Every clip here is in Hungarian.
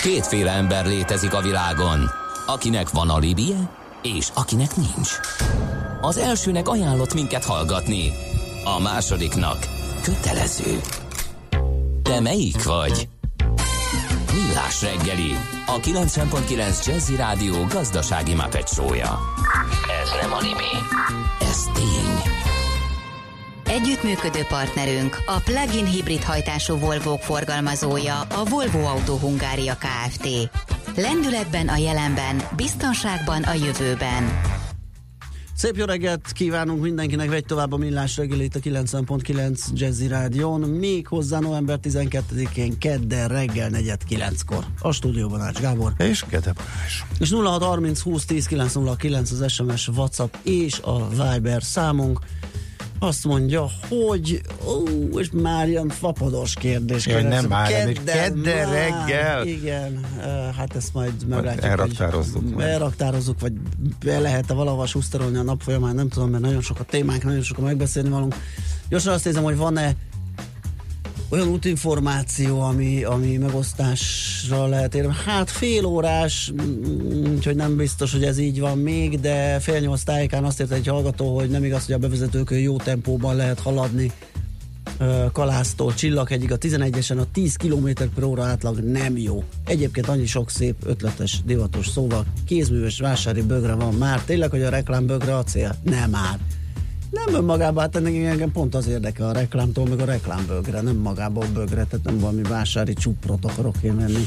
Kétféle ember létezik a világon, akinek van alibije, és akinek nincs. Az elsőnek ajánlott minket hallgatni, a másodiknak kötelező. Te melyik vagy? Millás reggeli, a 90.9 Jazzy Rádió gazdasági Muppet show-ja. Ez nem anime, ez tény. Együttműködő partnerünk a plug-in hibrid hajtású Volvók forgalmazója, a Volvo Autó Hungária Kft. Lendületben a jelenben, biztonságban a jövőben. Szép jó reggelt kívánunk mindenkinek, vegy tovább a Millás reggelit a 90.9 Jazzy Rádión, még hozzá november 12-én kedden reggel 8:45-kor. A stúdióban Ács Gábor. És Gede Balázs. És 0630 20 10 909 az SMS, WhatsApp és a Viber számunk. Azt mondja, hogy és már ilyen fapados kérdés. Jaj, nem már, kedden reggel. Igen, hát ezt majd meglátjuk. Elraktározzuk. Vagy be lehet-e valahol suszterolni a nap folyamán, nem tudom, mert nagyon sok a témánk, nagyon sok a megbeszélni valunk. Gyorsan azt nézem, hogy van-e olyan útinformáció, ami megosztásra lehet érni. Hát fél órás, úgyhogy nem biztos, hogy ez így van még, de 7:30 tájékán azt érte egy hallgató, hogy nem igaz, hogy a bevezetőkön jó tempóban lehet haladni Kalásztól Csillaghegyig. A 11-esen a 10 km/h átlag nem jó. Egyébként annyi sok szép, ötletes, divatos szóval kézműves vásári bögre van már. Tényleg, hogy a reklámbögre a cél? Nem már. Nem önmagában, hát engem pont az érdekel a reklámtól, meg a reklámbögre, nem magában a bögre, tehát nem valami vásári csuprot akarok én menni.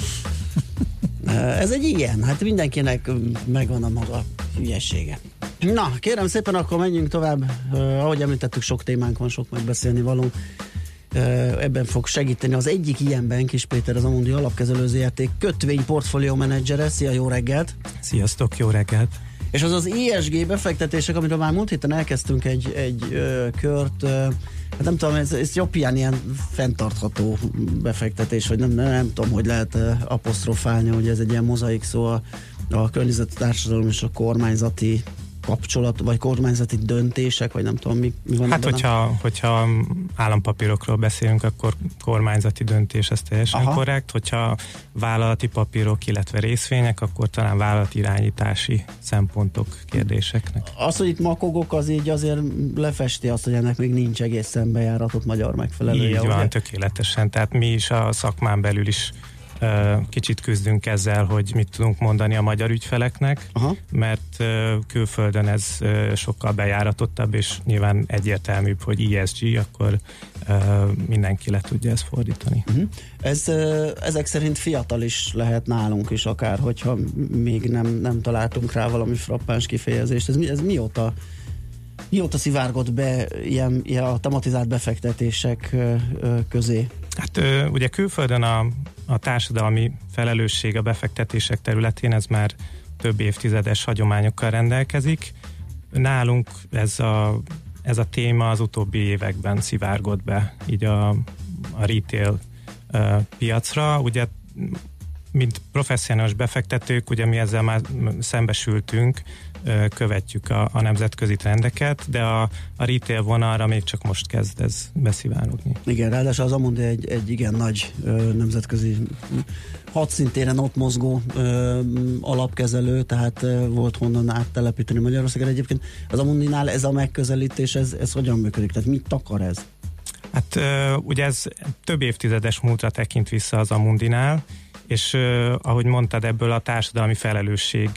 Ez egy ilyen, hát mindenkinek megvan a maga hülyesége. Na, kérem szépen, akkor menjünk tovább. Ahogy említettük, sok témánk van, sok megbeszélni való. Ebben fog segíteni az egyik ilyenben Kis Péter, az Amundi Alapkezelő Zrt. kötvény portfólió menedzsere. Szia, jó reggelt! Sziasztok, jó reggelt! És az ESG befektetések, amiről már múlt héten elkezdtünk egy kört, hát nem tudom, ez jobb ilyen fenntartható befektetés, vagy nem tudom, hogy lehet apostrofálni, hogy ez egy ilyen mozaik szó a környezeti társadalom és a kormányzati kapcsolat, vagy kormányzati döntések, vagy nem tudom, mi van. Hát, hogyha állampapírokról beszélünk, akkor kormányzati döntés, ez teljesen korrekt. Hogyha vállalati papírok, illetve részvények, akkor talán vállalati irányítási szempontok kérdéseknek. Az, hogy itt makogok, az így azért lefesti azt, hogy ennek még nincs egészen bejáratott magyar megfelelője. Így van, tökéletesen. Tehát mi is a szakmán belül is kicsit küzdünk ezzel, hogy mit tudunk mondani a magyar ügyfeleknek, mert külföldön ez sokkal bejáratottabb, és nyilván egyértelműbb, hogy ESG, akkor mindenki le tudja ezt fordítani. Ezek szerint fiatal is lehet nálunk is akár, hogyha még nem találtunk rá valami frappáns kifejezést. Ez mióta szivárgott be ilyen a tematizált befektetések közé? Hát ugye külföldön a társadalmi felelősség a befektetések területén, ez már több évtizedes hagyományokkal rendelkezik. Nálunk ez a téma az utóbbi években szivárgott be így a retail piacra. Ugye, mint professzionális befektetők, ugye mi ezzel már szembesültünk, követjük a nemzetközi trendeket, de a retail vonalra még csak most kezd ez beszivárogni. Igen, ráadásul az Amundi egy igen nagy nemzetközi hadszintéren ott mozgó alapkezelő, tehát volt honnan áttelepíteni Magyarországra. Egyébként az Amundinál ez a megközelítés, ez hogyan működik? Tehát mit takar ez? Hát ugye ez több évtizedes múltra tekint vissza az Amundinál, és ahogy mondtad, ebből a társadalmi felelősség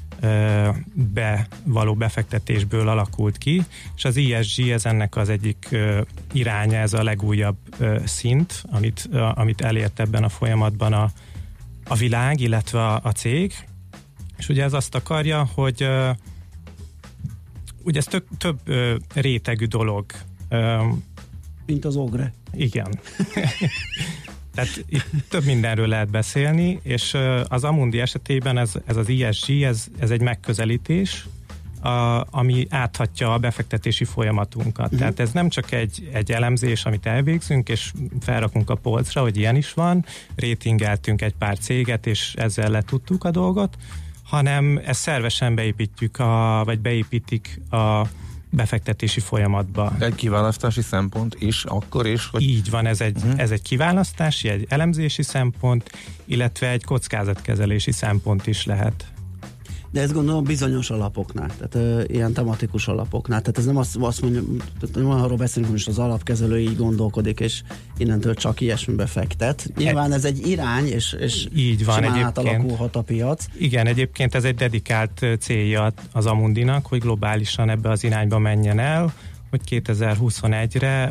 való befektetésből alakult ki, és az ESG ez ennek az egyik iránya, ez a legújabb szint, amit elért ebben a folyamatban a világ, illetve a cég, és ugye ez azt akarja, hogy ugye ez több rétegű dolog. Mint az ogre. Igen. Tehát itt több mindenről lehet beszélni, és az Amundi esetében ez az ESG, ez egy megközelítés, ami áthatja a befektetési folyamatunkat. Tehát ez nem csak egy elemzés, amit elvégzünk, és felrakunk a polcra, hogy ilyen is van, ratingeltünk egy pár céget, és ezzel letudtuk a dolgot, hanem ezt szervesen beépítjük, vagy beépítik befektetési folyamatba. Egy kiválasztási szempont is, akkor is? Hogy... Így van, ez egy kiválasztási, egy elemzési szempont, illetve egy kockázatkezelési szempont is lehet. De ezt gondolom bizonyos alapoknál, tehát ilyen tematikus alapoknál. Tehát ez nem azt mondja, nem arról beszélünk, hogy az alapkezelő így gondolkodik, és innentől csak ilyesmibe fektet. Nyilván ez egy irány, és így van, simán átalakulhat a piac. Igen, egyébként ez egy dedikált célja az Amundinak, hogy globálisan ebbe az irányba menjen el, hogy 2021-re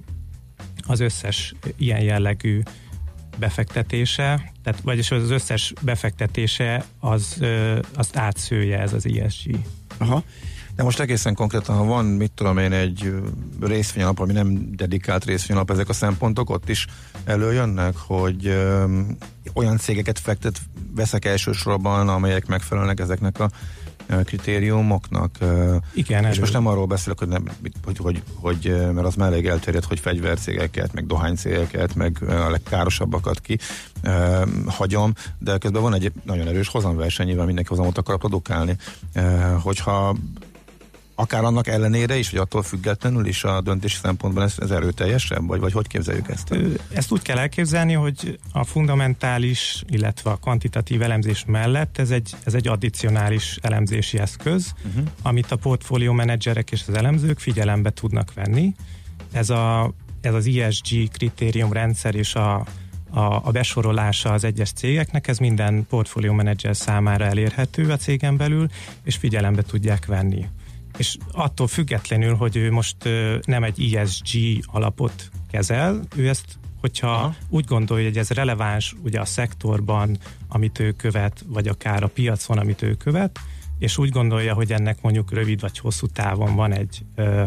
az összes ilyen jellegű befektetése, tehát vagyis az összes befektetése azt átszője ez az ESG. Aha. De most egészen konkrétan, ha van, mit tudom én, egy részvényalap, ami nem dedikált részvényalap, ezek a szempontok ott is előjönnek, hogy olyan cégeket veszek elsősorban, amelyek megfelelnek ezeknek a kritériumoknak. Igen, és most nem arról beszélek, hogy mert az már elég elterjedt, hogy fegyvercégeket, meg dohánycégeket, meg a legkárosabbakat hagyom, de közben van egy nagyon erős hozamverseny, nyilván mindenki hozamot akar produkálni. Hogyha akár annak ellenére is, vagy attól függetlenül is a döntési szempontban ez erőteljesebb, vagy hogy képzeljük ezt? Ezt úgy kell elképzelni, hogy a fundamentális, illetve a kvantitatív elemzés mellett ez egy addicionális elemzési eszköz, amit a portfólió menedzserek és az elemzők figyelembe tudnak venni. Ez az ESG kritériumrendszer és a besorolása az egyes cégeknek, ez minden portfólió menedzser számára elérhető a cégen belül, és figyelembe tudják venni. És attól függetlenül, hogy ő most nem egy ESG alapot kezel, ő ezt, hogyha úgy gondolja, hogy ez releváns ugye a szektorban, amit ő követ, vagy akár a piacon, amit ő követ, és úgy gondolja, hogy ennek mondjuk rövid vagy hosszú távon van egy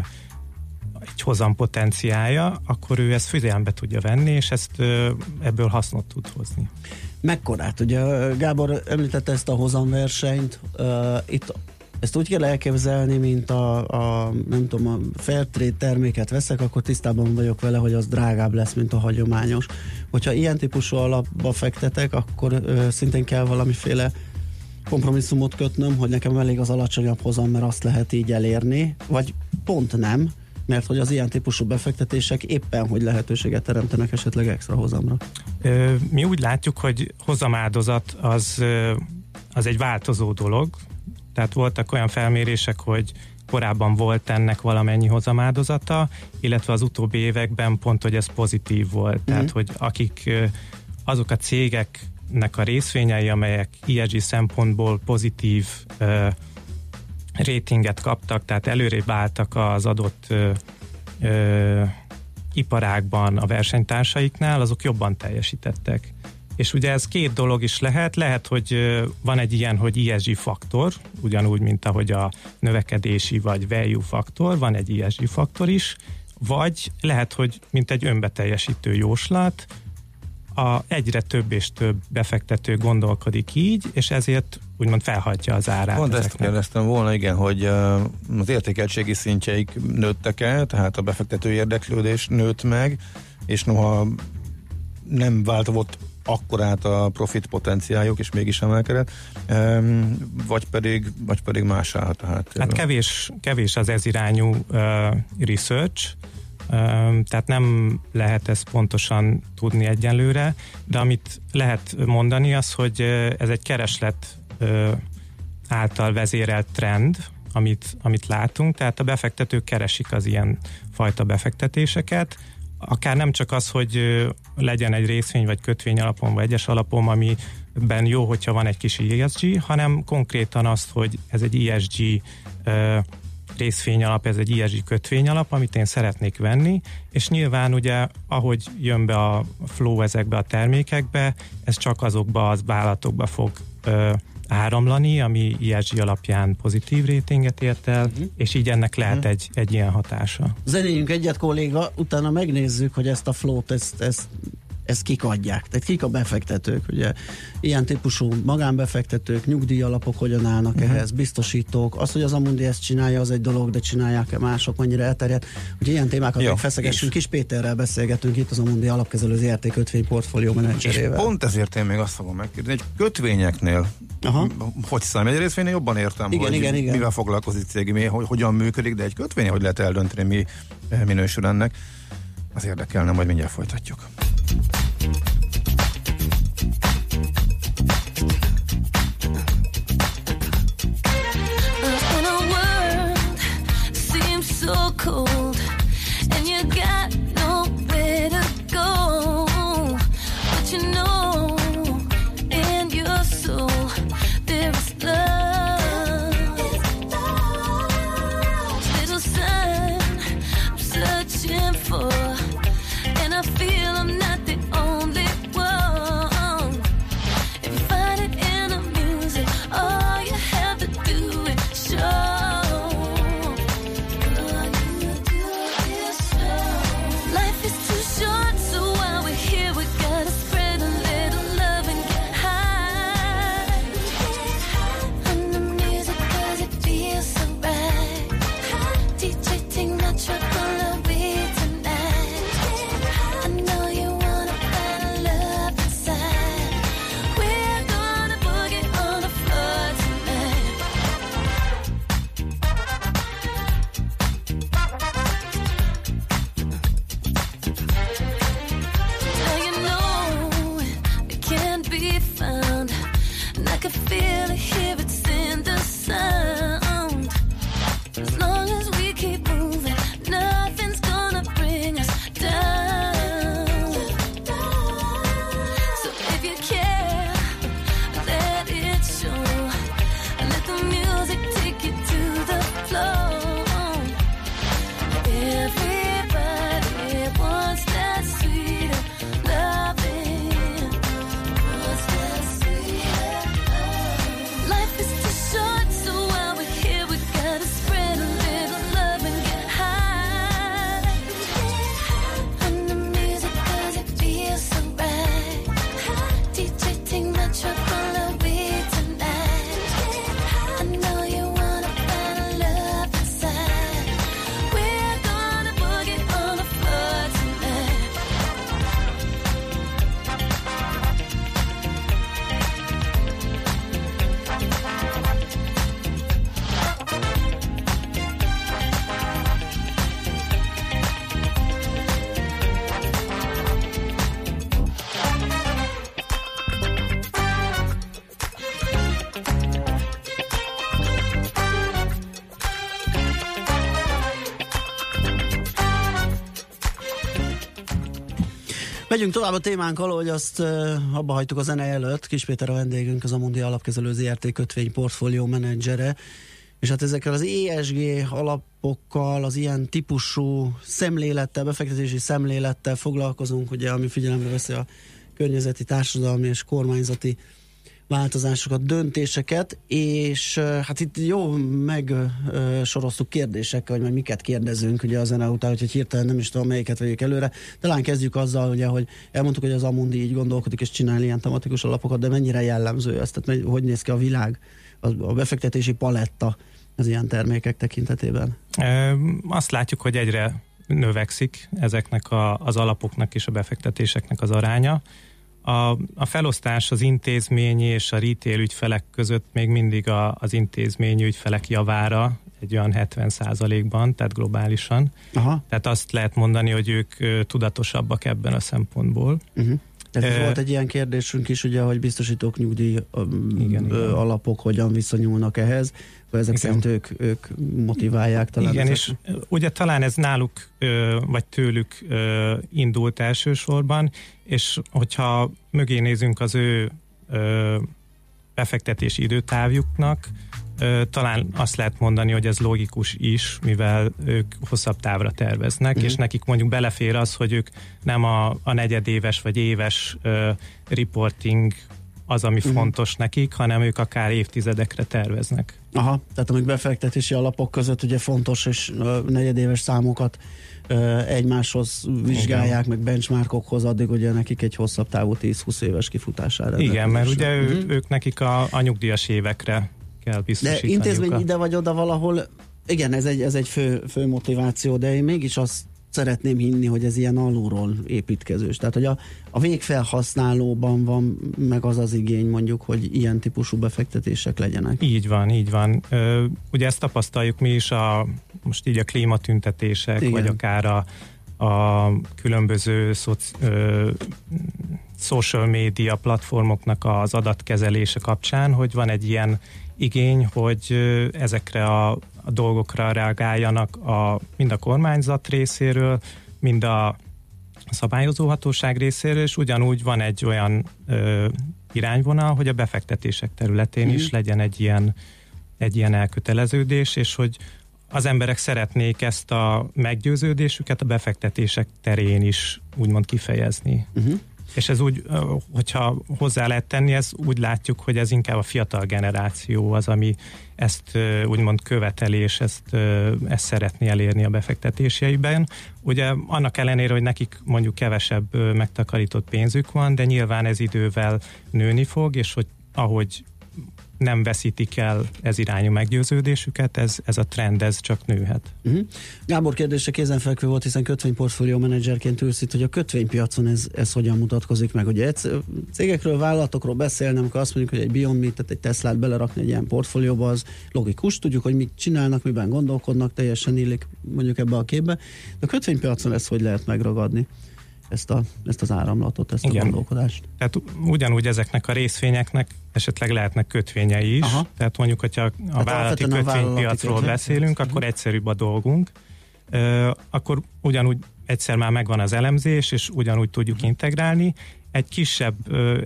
hozampotenciája, akkor ő ezt figyelembe tudja venni, és ebből hasznot tud hozni. Mekkorát? Ugye Gábor említette ezt a hozamversenyt, itt ezt úgy kell elképzelni, mint nem tudom, a Fairtrade terméket veszek, akkor tisztában vagyok vele, hogy az drágább lesz, mint a hagyományos. Hogyha ilyen típusú alapba fektetek, akkor szintén kell valamiféle kompromisszumot kötnöm, hogy nekem elég az alacsonyabb hozam, mert azt lehet így elérni, vagy pont nem, mert hogy az ilyen típusú befektetések éppen, hogy lehetőséget teremtenek esetleg extra hozamra. Mi úgy látjuk, hogy hozamáldozat az egy változó dolog. Tehát voltak olyan felmérések, hogy korábban volt ennek valamennyi hozamáldozata, illetve az utóbbi években pont, hogy ez pozitív volt. Tehát, hogy azok a cégeknek a részvényei, amelyek ESG szempontból pozitív ratinget kaptak, tehát előrébb álltak az adott iparágban a versenytársaiknál, azok jobban teljesítettek. És ugye ez két dolog is lehet, hogy van egy ilyen, hogy ESG faktor, ugyanúgy, mint ahogy a növekedési vagy value faktor, van egy ESG faktor is, vagy lehet, hogy mint egy önbeteljesítő jóslat, egyre több és több befektető gondolkodik így, és ezért úgymond felhajtja az árát. Pont ezt kérdeztem volna, igen, hogy az értékeltségi szintjeik nőttek el, tehát a befektető érdeklődés nőtt meg, és noha nem változott akkorát a profit potenciáljuk, és mégis emelkedett, vagy pedig más áll. Hát kevés az ez irányú research, tehát nem lehet ezt pontosan tudni egyenlőre, de amit lehet mondani az, hogy ez egy kereslet által vezérelt trend, amit látunk, tehát a befektetők keresik az ilyen fajta befektetéseket, akár nem csak az, hogy legyen egy részvény vagy kötvény alapon, vagy egyes alapon, amiben jó, hogyha van egy kis ESG, hanem konkrétan azt, hogy ez egy ESG részvényalap, ez egy ESG kötvényalap, amit én szeretnék venni, és nyilván ugye, ahogy jön be a flow ezekbe a termékekbe, ez csak azokba az vállalatokba fog áramlani, ami ESG alapján pozitív ratinget ért el, és így ennek lehet egy ilyen hatása. Zenéljünk egyet, kolléga, utána megnézzük, hogy ezt a flow-t, ezt ezt kik adják, tehát kik a befektetők, ugye ilyen típusú magánbefektetők, nyugdíjalapok hogyan állnak ehhez, biztosítók, az, hogy az Amundi ezt csinálja, az egy dolog, de csinálják-e mások, mennyire elterjedt, hogy ilyen témákat megfeszegessünk. Kis Péterrel beszélgetünk itt az Amundi alapkezelő ZRT kötvényportfólió menedzserével. És pont ezért én még azt fogom megkérdezni, egy kötvényeknél, hogy számít, egy részvénynél jobban értem, igen. mivel foglalkozik cég, hogyan működik, de egy kötvény, hogy lehet eldönteni, mi minősül ennek, az érdekelne, majd mindjárt folytatjuk. Cold and you got nowhere to go, but you know in your soul there is love. Little sign I'm searching for, and I feel I'm not the only one. If you find it in the music, all you have to do is show. Megyünk tovább a témánkkal, hogy azt abba hagytuk a zene előtt. Kis Péter a vendégünk, az Amundi alapkezelő ZRT kötvény portfólió menedzsere, és hát ezekkel az ESG alapokkal, az ilyen típusú szemlélettel, befektetési szemlélettel foglalkozunk, ugye, ami figyelembe veszi a környezeti, társadalmi és kormányzati változásokat, döntéseket, és hát itt jó megsoroztuk kérdésekkel, hogy majd miket kérdezünk ugye a zene után, hogy hirtelen nem is tudom, melyiket vegyük előre. Talán kezdjük azzal, ugye, hogy elmondtuk, hogy az Amundi így gondolkodik és csinál ilyen tematikus alapokat, de mennyire jellemző ez? Tehát hogy néz ki a világ, a befektetési paletta az ilyen termékek tekintetében? Azt látjuk, hogy egyre növekszik ezeknek az alapoknak és a befektetéseknek az aránya. A felosztás az intézményi és a retail ügyfelek között még mindig az intézményi ügyfelek javára egy olyan 70%-ban, tehát globálisan. Aha. Tehát azt lehet mondani, hogy ők tudatosabbak ebben a szempontból. Tehát volt egy ilyen kérdésünk is, ugye, hogy biztosítók, nyugdíj alapok hogyan viszonyulnak ehhez, vagy ezek szerint ők motiválják talán. Igen, és ugye talán ez náluk, vagy tőlük indult elsősorban, és hogyha mögé nézünk az ő befektetési időtávjuknak, talán azt lehet mondani, hogy ez logikus is, mivel ők hosszabb távra terveznek, és nekik mondjuk belefér az, hogy ők nem a negyedéves vagy éves reporting az, ami fontos nekik, hanem ők akár évtizedekre terveznek. Aha, tehát amíg befektetési alapok között ugye fontos és negyedéves számokat egymáshoz vizsgálják, meg benchmarkokhoz, addig ugye nekik egy hosszabb távú 10-20 éves kifutására. Igen, mert ugye ők nekik a nyugdíjas évekre kell biztosítani. De intézmény ide vagy oda valahol, igen, ez egy fő motiváció, de én mégis azt szeretném hinni, hogy ez ilyen alulról építkezős. Tehát, hogy a végfelhasználóban van meg az igény mondjuk, hogy ilyen típusú befektetések legyenek. Így van. Ugye ezt tapasztaljuk mi is most így a klímatüntetések, igen, vagy akár a különböző social media platformoknak az adatkezelése kapcsán, hogy van egy ilyen igény, hogy ezekre a dolgokra reagáljanak mind a kormányzat részéről, mind a szabályozóhatóság részéről, és ugyanúgy van egy olyan irányvonal, hogy a befektetések területén is legyen egy ilyen elköteleződés, és hogy az emberek szeretnék ezt a meggyőződésüket a befektetések terén is úgymond kifejezni. És ez úgy, hogyha hozzá lehet tenni, ez úgy látjuk, hogy ez inkább a fiatal generáció az, ami ezt úgymond követeli, és ezt szeretné elérni a befektetéseiben. Ugye annak ellenére, hogy nekik mondjuk kevesebb megtakarított pénzük van, de nyilván ez idővel nőni fog, és hogy ahogy nem veszítik el ez irányú meggyőződésüket, ez a trend, ez csak nőhet. Gábor kérdése kézenfekvő volt, hiszen kötvényportfólió menedzserként ülsz itt, hogy a kötvénypiacon ez hogyan mutatkozik meg. Ugye cégekről, vállalatokról beszélnem, amikor azt mondjuk, hogy egy Beyond Meat, tehát egy Teslát belerakni egy ilyen portfólióba, az logikus, tudjuk, hogy mit csinálnak, miben gondolkodnak, teljesen illik mondjuk ebbe a képbe. De a kötvénypiacon ezt hogy lehet megragadni? Ezt az áramlatot, ezt a gondolkodást. Tehát ugyanúgy ezeknek a részvényeknek esetleg lehetnek kötvényei is. Aha. Tehát mondjuk, hogyha a vállalati kötvénypiacról beszélünk, akkor egyszerűbb a dolgunk. Akkor ugyanúgy egyszer már megvan az elemzés, és ugyanúgy tudjuk integrálni. Egy kisebb,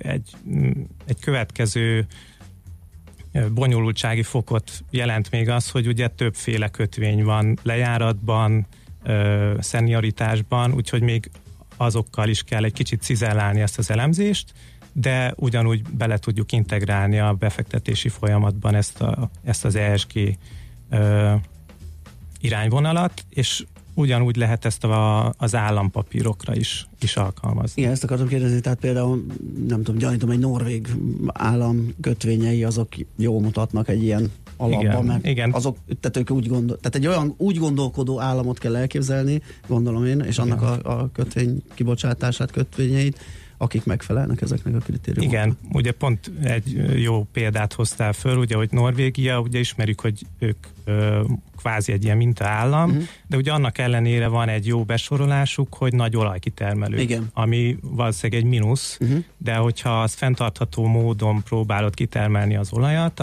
egy következő bonyolultsági fokot jelent még az, hogy ugye többféle kötvény van lejáratban, szenioritásban, úgyhogy még azokkal is kell egy kicsit cizellálni ezt az elemzést, de ugyanúgy bele tudjuk integrálni a befektetési folyamatban ezt az ESG irányvonalat, és ugyanúgy lehet ezt az állampapírokra is alkalmazni. Igen, ezt akartam kérdezni, tehát például nem tudom, gyanítom, egy norvég állam kötvényei azok jól mutatnak egy ilyen alapban, mert igen. Azok, tehát ők tehát egy olyan úgy gondolkodó államot kell elképzelni, gondolom én, és annak a kötvény kibocsátását, kötvényeit, akik megfelelnek ezeknek a kritériumoknak. Igen, ugye pont egy jó példát hoztál föl, ugye, hogy Norvégia, ugye ismerjük, hogy ők kvázi egy ilyen mintaállam, de ugye annak ellenére van egy jó besorolásuk, hogy nagy olajkitermelő, igen, ami valószínűleg egy mínusz, de hogyha az fenntartható módon próbálod kitermelni az olajat,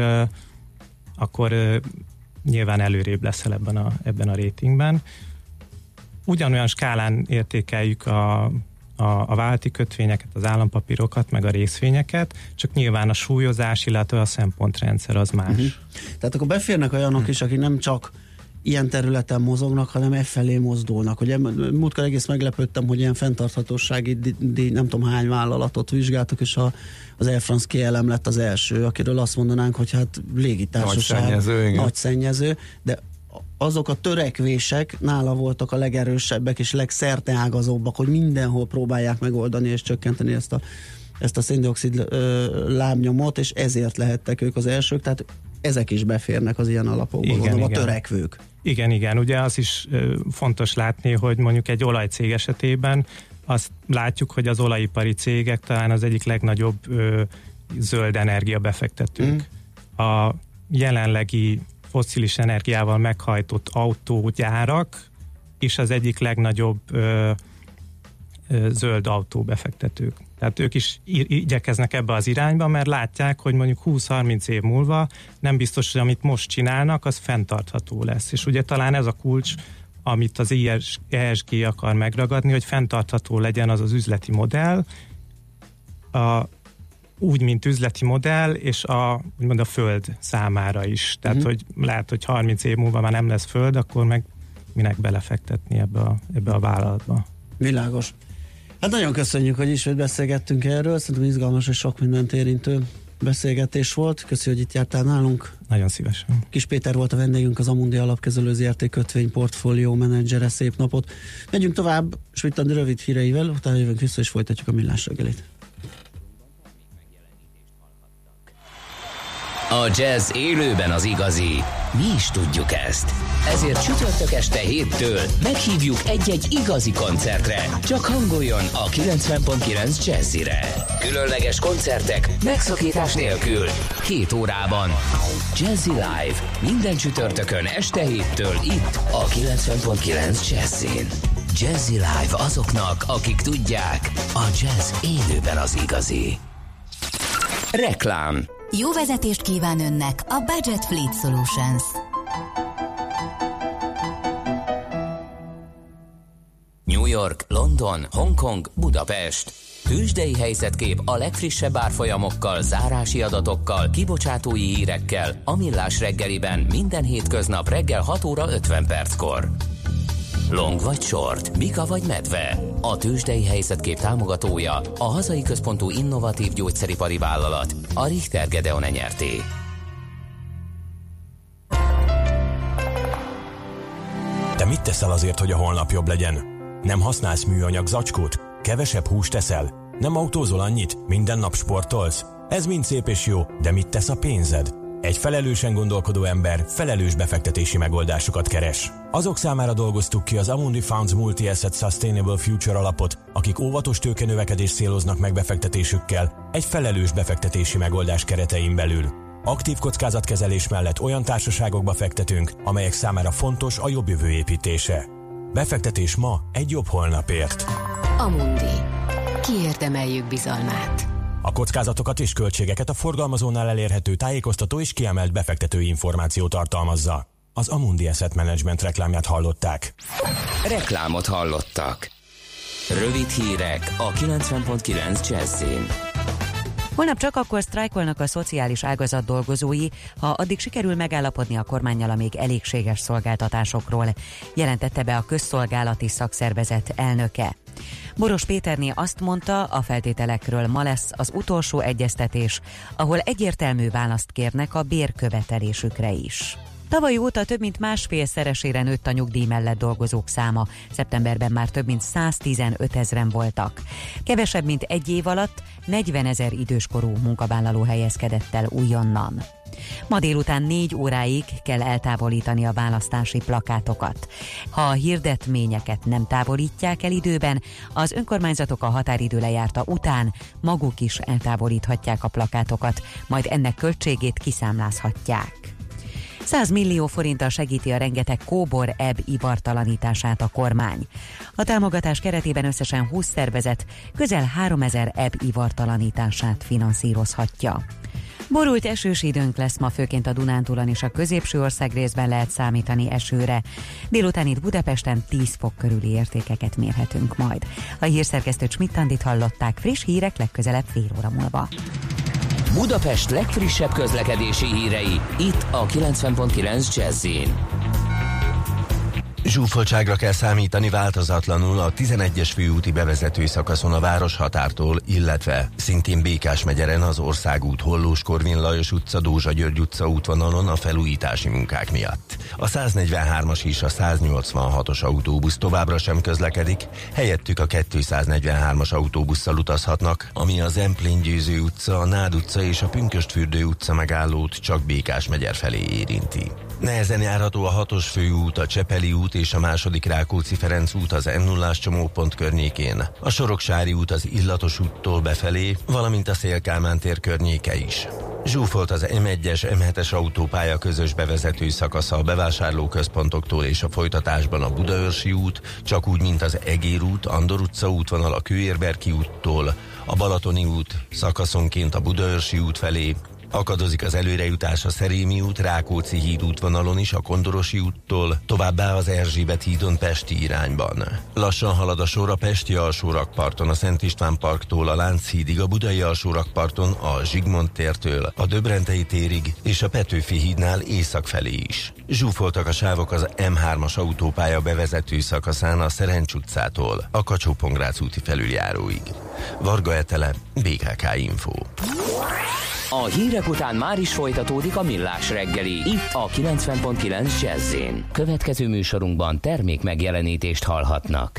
akkor nyilván előrébb leszel ebben a ratingben. Ugyanolyan skálán értékeljük a vállalati kötvényeket, az állampapírokat, meg a részvényeket, csak nyilván a súlyozás, illetve a szempontrendszer az más. Tehát akkor beférnek olyanok is, akik nem csak ilyen területen mozognak, hanem felé mozdulnak. Ugye múltkor egész meglepődtem, hogy ilyen fenntarthatósági nem tudom hány vállalatot vizsgáltak, és az Air France KLM lett az első, akiről azt mondanánk, hogy hát légitársaság, nagy szennyező, de azok a törekvések nála voltak a legerősebbek és legszerteágazóbbak, hogy mindenhol próbálják megoldani és csökkenteni ezt a széndioxid lábnyomot, és ezért lehettek ők az elsők, tehát ezek is beférnek az ilyen alapokba, gondolom, a törekvők. Igen, ugye az is fontos látni, hogy mondjuk egy olajcég esetében azt látjuk, hogy az olajipari cégek talán az egyik legnagyobb zöld energia befektetők. A jelenlegi fosszilis energiával meghajtott autógyárak is az egyik legnagyobb zöld autóbefektetők. Tehát ők is igyekeznek ebbe az irányba, mert látják, hogy mondjuk 20-30 év múlva nem biztos, hogy amit most csinálnak, az fenntartható lesz. És ugye talán ez a kulcs, amit az ESG akar megragadni, hogy fenntartható legyen az üzleti modell, úgy, mint üzleti modell, és úgymond a föld számára is. Tehát, hogy lehet, hogy 30 év múlva már nem lesz föld, akkor meg minek belefektetni ebbe a vállalatba. Világos. Hát nagyon köszönjük, hogy ismét beszélgettünk erről, szerintem izgalmas és sok mindent érintő beszélgetés volt. Köszi, hogy itt jártál nálunk. Nagyon szívesen. Kis Péter volt a vendégünk, az Amundi Alapkezelő Zrt. Kötvényportfólió menedzsere. Szép napot. Megyünk tovább Schmidt-Andi rövid híreivel, utána jövünk vissza és folytatjuk a Millás reggelit. A jazz élőben az igazi. Mi is tudjuk ezt. Ezért csütörtök este 7-től meghívjuk egy-egy igazi koncertre. Csak hangoljon a 90.9 Jazzire. Különleges koncertek megszakítás nélkül. 2 órában. Jazzy Live. Minden csütörtökön este 7-től itt a 90.9 Jazzin. Jazzy Live azoknak, akik tudják, a jazz élőben az igazi. Reklám. Jó vezetést kíván önnek a Budget Fleet Solutions. New York, London, Hongkong, Budapest. Tőzsdei helyzetkép a legfrissebb árfolyamokkal, zárási adatokkal, kibocsátói hírekkel a Millás reggeliben minden hétköznap reggel 6 óra 50 perckor. Long vagy short, bika vagy medve. A tőzsdei helyzetkép támogatója a hazai központú innovatív gyógyszeripari vállalat, a Richter Gedeon Nyrt. Te mit teszel azért, hogy a holnap jobb legyen? Nem használsz műanyag zacskót? Kevesebb húst teszel? Nem autózol annyit? Minden nap sportolsz? Ez mind szép és jó, de mit tesz a pénzed? Egy felelősen gondolkodó ember felelős befektetési megoldásokat keres. Azok számára dolgoztuk ki az Amundi Funds Multi-Asset Sustainable Future alapot, akik óvatos tőkenövekedést céloznak meg befektetésükkel egy felelős befektetési megoldás keretein belül. Aktív kockázatkezelés mellett olyan társaságokba fektetünk, amelyek számára fontos a jobb jövő építése. Befektetés ma egy jobb holnapért. Amundi. Kiérdemeljük bizalmát. A kockázatokat és költségeket a forgalmazónál elérhető tájékoztató és kiemelt befektetői információ tartalmazza. Az Amundi Asset Management reklámját hallották. Reklámot hallottak. Rövid hírek a 90.9 Jazzin. Holnap csak akkor sztrájkolnak a szociális ágazat dolgozói, ha addig sikerül megállapodni a kormánnyal a még elégséges szolgáltatásokról, jelentette be a Közszolgálati Szakszervezet elnöke. Boros Péterné azt mondta, a feltételekről ma lesz az utolsó egyeztetés, ahol egyértelmű választ kérnek a bérkövetelésükre is. Tavaly óta több mint 1,5-szeresére nőtt a nyugdíj mellett dolgozók száma. Szeptemberben már több mint 115 000 voltak. Kevesebb mint egy év alatt 40 000 időskorú munkavállaló helyezkedett el újonnan. Ma délután 4 óráig kell eltávolítani a választási plakátokat. Ha a hirdetményeket nem távolítják el időben, az önkormányzatok a határidő lejárta után maguk is eltávolíthatják a plakátokat, majd ennek költségét kiszámlázhatják. 100 millió forinttal segíti a rengeteg kóbor-ebb ivartalanítását a kormány. A támogatás keretében összesen 20 szervezet közel 3000 ebb ivartalanítását finanszírozhatja. Borult esős időnk lesz ma, főként a Dunántúlon és a középső országrészben lehet számítani esőre. Délután itt Budapesten 10 fok körüli értékeket mérhetünk majd. A hírszerkesztő Schmidt-Andit hallották, friss hírek legközelebb fél óra múlva. Budapest legfrissebb közlekedési hírei, itt a 90.9 Jazzin. Zsúfoltságra kell számítani változatlanul a 11-es főúti bevezető szakaszon a városhatártól, illetve szintén Békásmegyeren az Országút Hollós Korvin Lajos utca Dózsa György utca útvonalon a felújítási munkák miatt. A 143-as és a 186-os autóbusz továbbra sem közlekedik, helyettük a 243-as autóbusszal utazhatnak, ami az Zemplén-Győző utca, a Nád utca és a Pünkösdfürdő utca megállót csak Békásmegyer felé érinti. Nehezen járható a 6-os főút, a Csepeli út és a második Rákóczi-Ferenc út az M0-ás csomópont környékén, a Soroksári út az Illatos úttól befelé, valamint a Széll-Kálmán tér környéke is. Zsúfolt az M1-es, M7-es autópálya közös bevezető szakasza a bevásárlóközpontoktól és a folytatásban a Budaörsi út, csak úgy, mint az Egér út, Andor utca útvonal a Kőérberki úttól, a Balatoni út szakaszonként a Budaörsi út felé, Akadozik az előrejutás a Szerémi út, Rákóczi híd útvonalon is, a Kondorosi úttól, továbbá az Erzsébet hídon pesti irányban. Lassan halad a sor a pesti alsórakparton, a Szent István parktól a Lánchídig, a budai alsórakparton a Zsigmond tértől a Döbrentei térig és a Petőfi hídnál észak felé is. Zsúfoltak a sávok az M3-as autópálya bevezető szakaszán a Szerencs utcától a Kacsó-Pongrác úti felüljáróig. Varga Etele, BKK Info. A hírek után már is folytatódik a Millás reggeli, itt a 90.9 Jazz-én. Következő műsorunkban termék megjelenítést hallhatnak.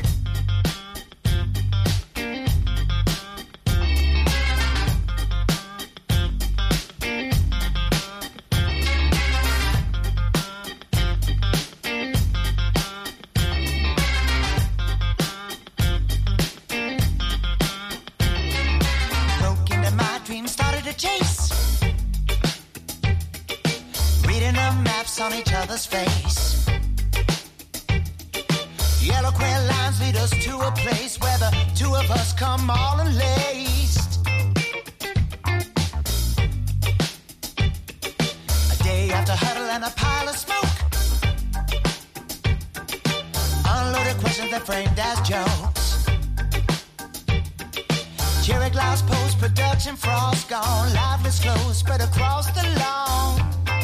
On each other's face. Yellow crayon lines lead us to a place where the two of us come all unlaced. A day after huddle and a pile of smoke. Unloaded questions that framed as jokes. Cherry glass post-production frost gone. Lifeless clothes spread across the lawn.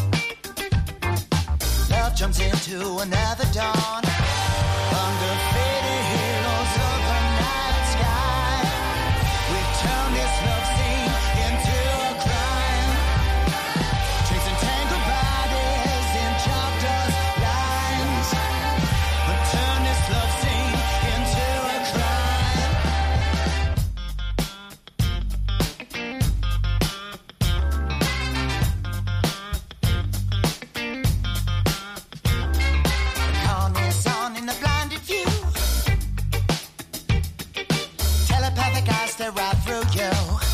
Love jumps into another dawn under faded halos of the night sky. We turn this love scene into a crime, tracing tangled bodies in chalk dust lines. We turn this love scene into a crime. Right through you.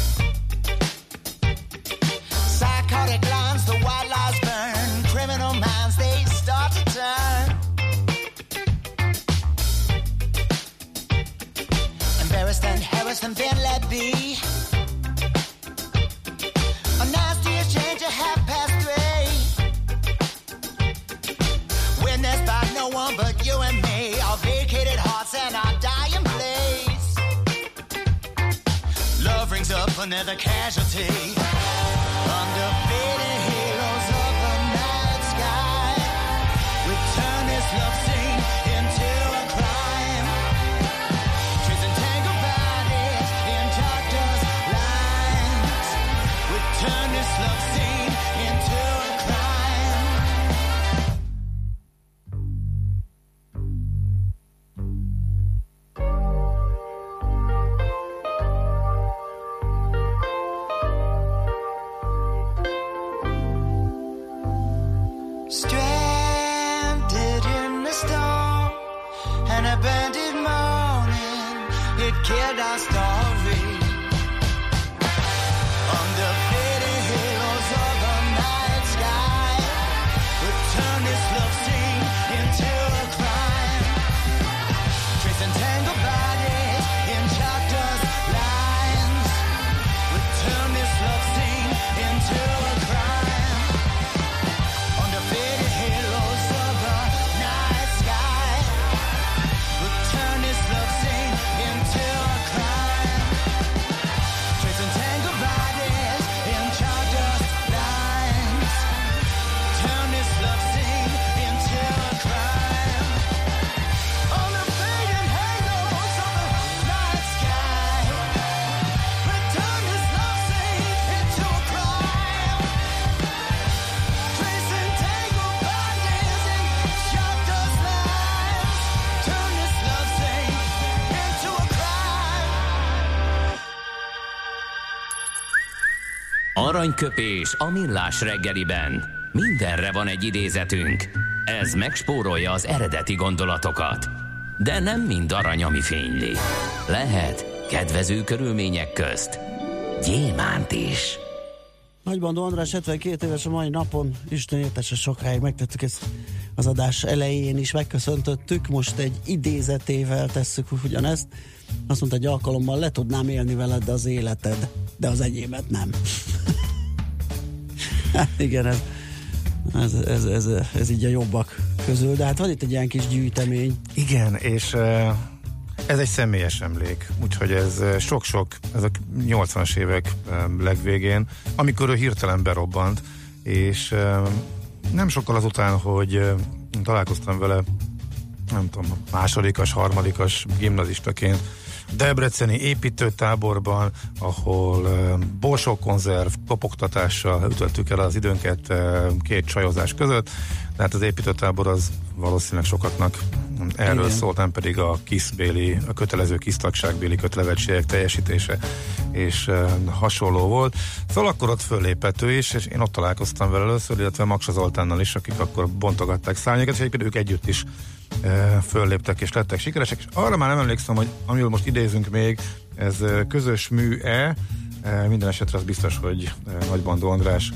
Psychotic lines, the white lies burn. Criminal minds, they start to turn. Embarrassed and harassed and then let be. A nasty exchange at 3:30. Witnessed by no one but you and me. Our vacated hearts and our dying place. Love rings up another casualty under faded halos of the night sky. We turn this love scene into a crime, tracing tangled bodies in chalk dust lines. We turn this love scene into a crime. Stranded in the storm, an abandoned morning, it killed our story. Under faded halos of the night sky, we turn this love scene into a crime, tracing tangled bodies in chalk dust lines. We turn this love scene into a crime. Under faded halos of the night sky, we turn this love scene into a crime, tracing tangled bodies in chalk dust lines. Turn this love scene into a crime. Under faded halos of the night sky, we turn this love scene into a crime. Tracing tangled bodies in chalk dust lines. Turn this love scene into a crime. Aranyköpés a Millás reggeliben. Mindenre van egy idézetünk. Ez megspórolja az eredeti gondolatokat. De nem mind arany, ami fényli. Lehet kedvező körülmények közt gyémánt is. Nagybandó András 72 éves a mai napon, Isten értese sokáig megtettük ezt az adás elején is, megköszöntöttük, most egy idézetével tesszük ugyanezt. Azt mondta, egy alkalommal le tudnám élni veled az életed, de az enyémet nem. Hát igen, ez így a jobbak közül, de hát van itt egy ilyen kis gyűjtemény. Igen, és ez egy személyes emlék, úgyhogy ez sok-sok, ez a 80-as évek legvégén, amikor ő hirtelen berobbant, és nem sokkal azután, hogy találkoztam vele, nem tudom, másodikas, harmadikas gimnazistaként, debreceni építőtáborban, ahol borsókonzerv kopogtatással ütöttük el az időnket két csajozás között, de hát az építőtábor az valószínűleg sokaknak erről szólt, nem pedig a KISZ-béli, a kötelező KISZ-tagságbéli kötelezettségek teljesítése és hasonló volt. Szóval akkor ott föllépett ő is, és én ott találkoztam vele először, illetve Maksa Zoltánnal is, akik akkor bontogatták szárnyakat, és egyébként ők együtt is fölléptek és lettek sikeresek, és arra már nem emlékszem, hogy amiről most idézünk még, ez közös mű-e, minden esetre az biztos, hogy Nagybandó András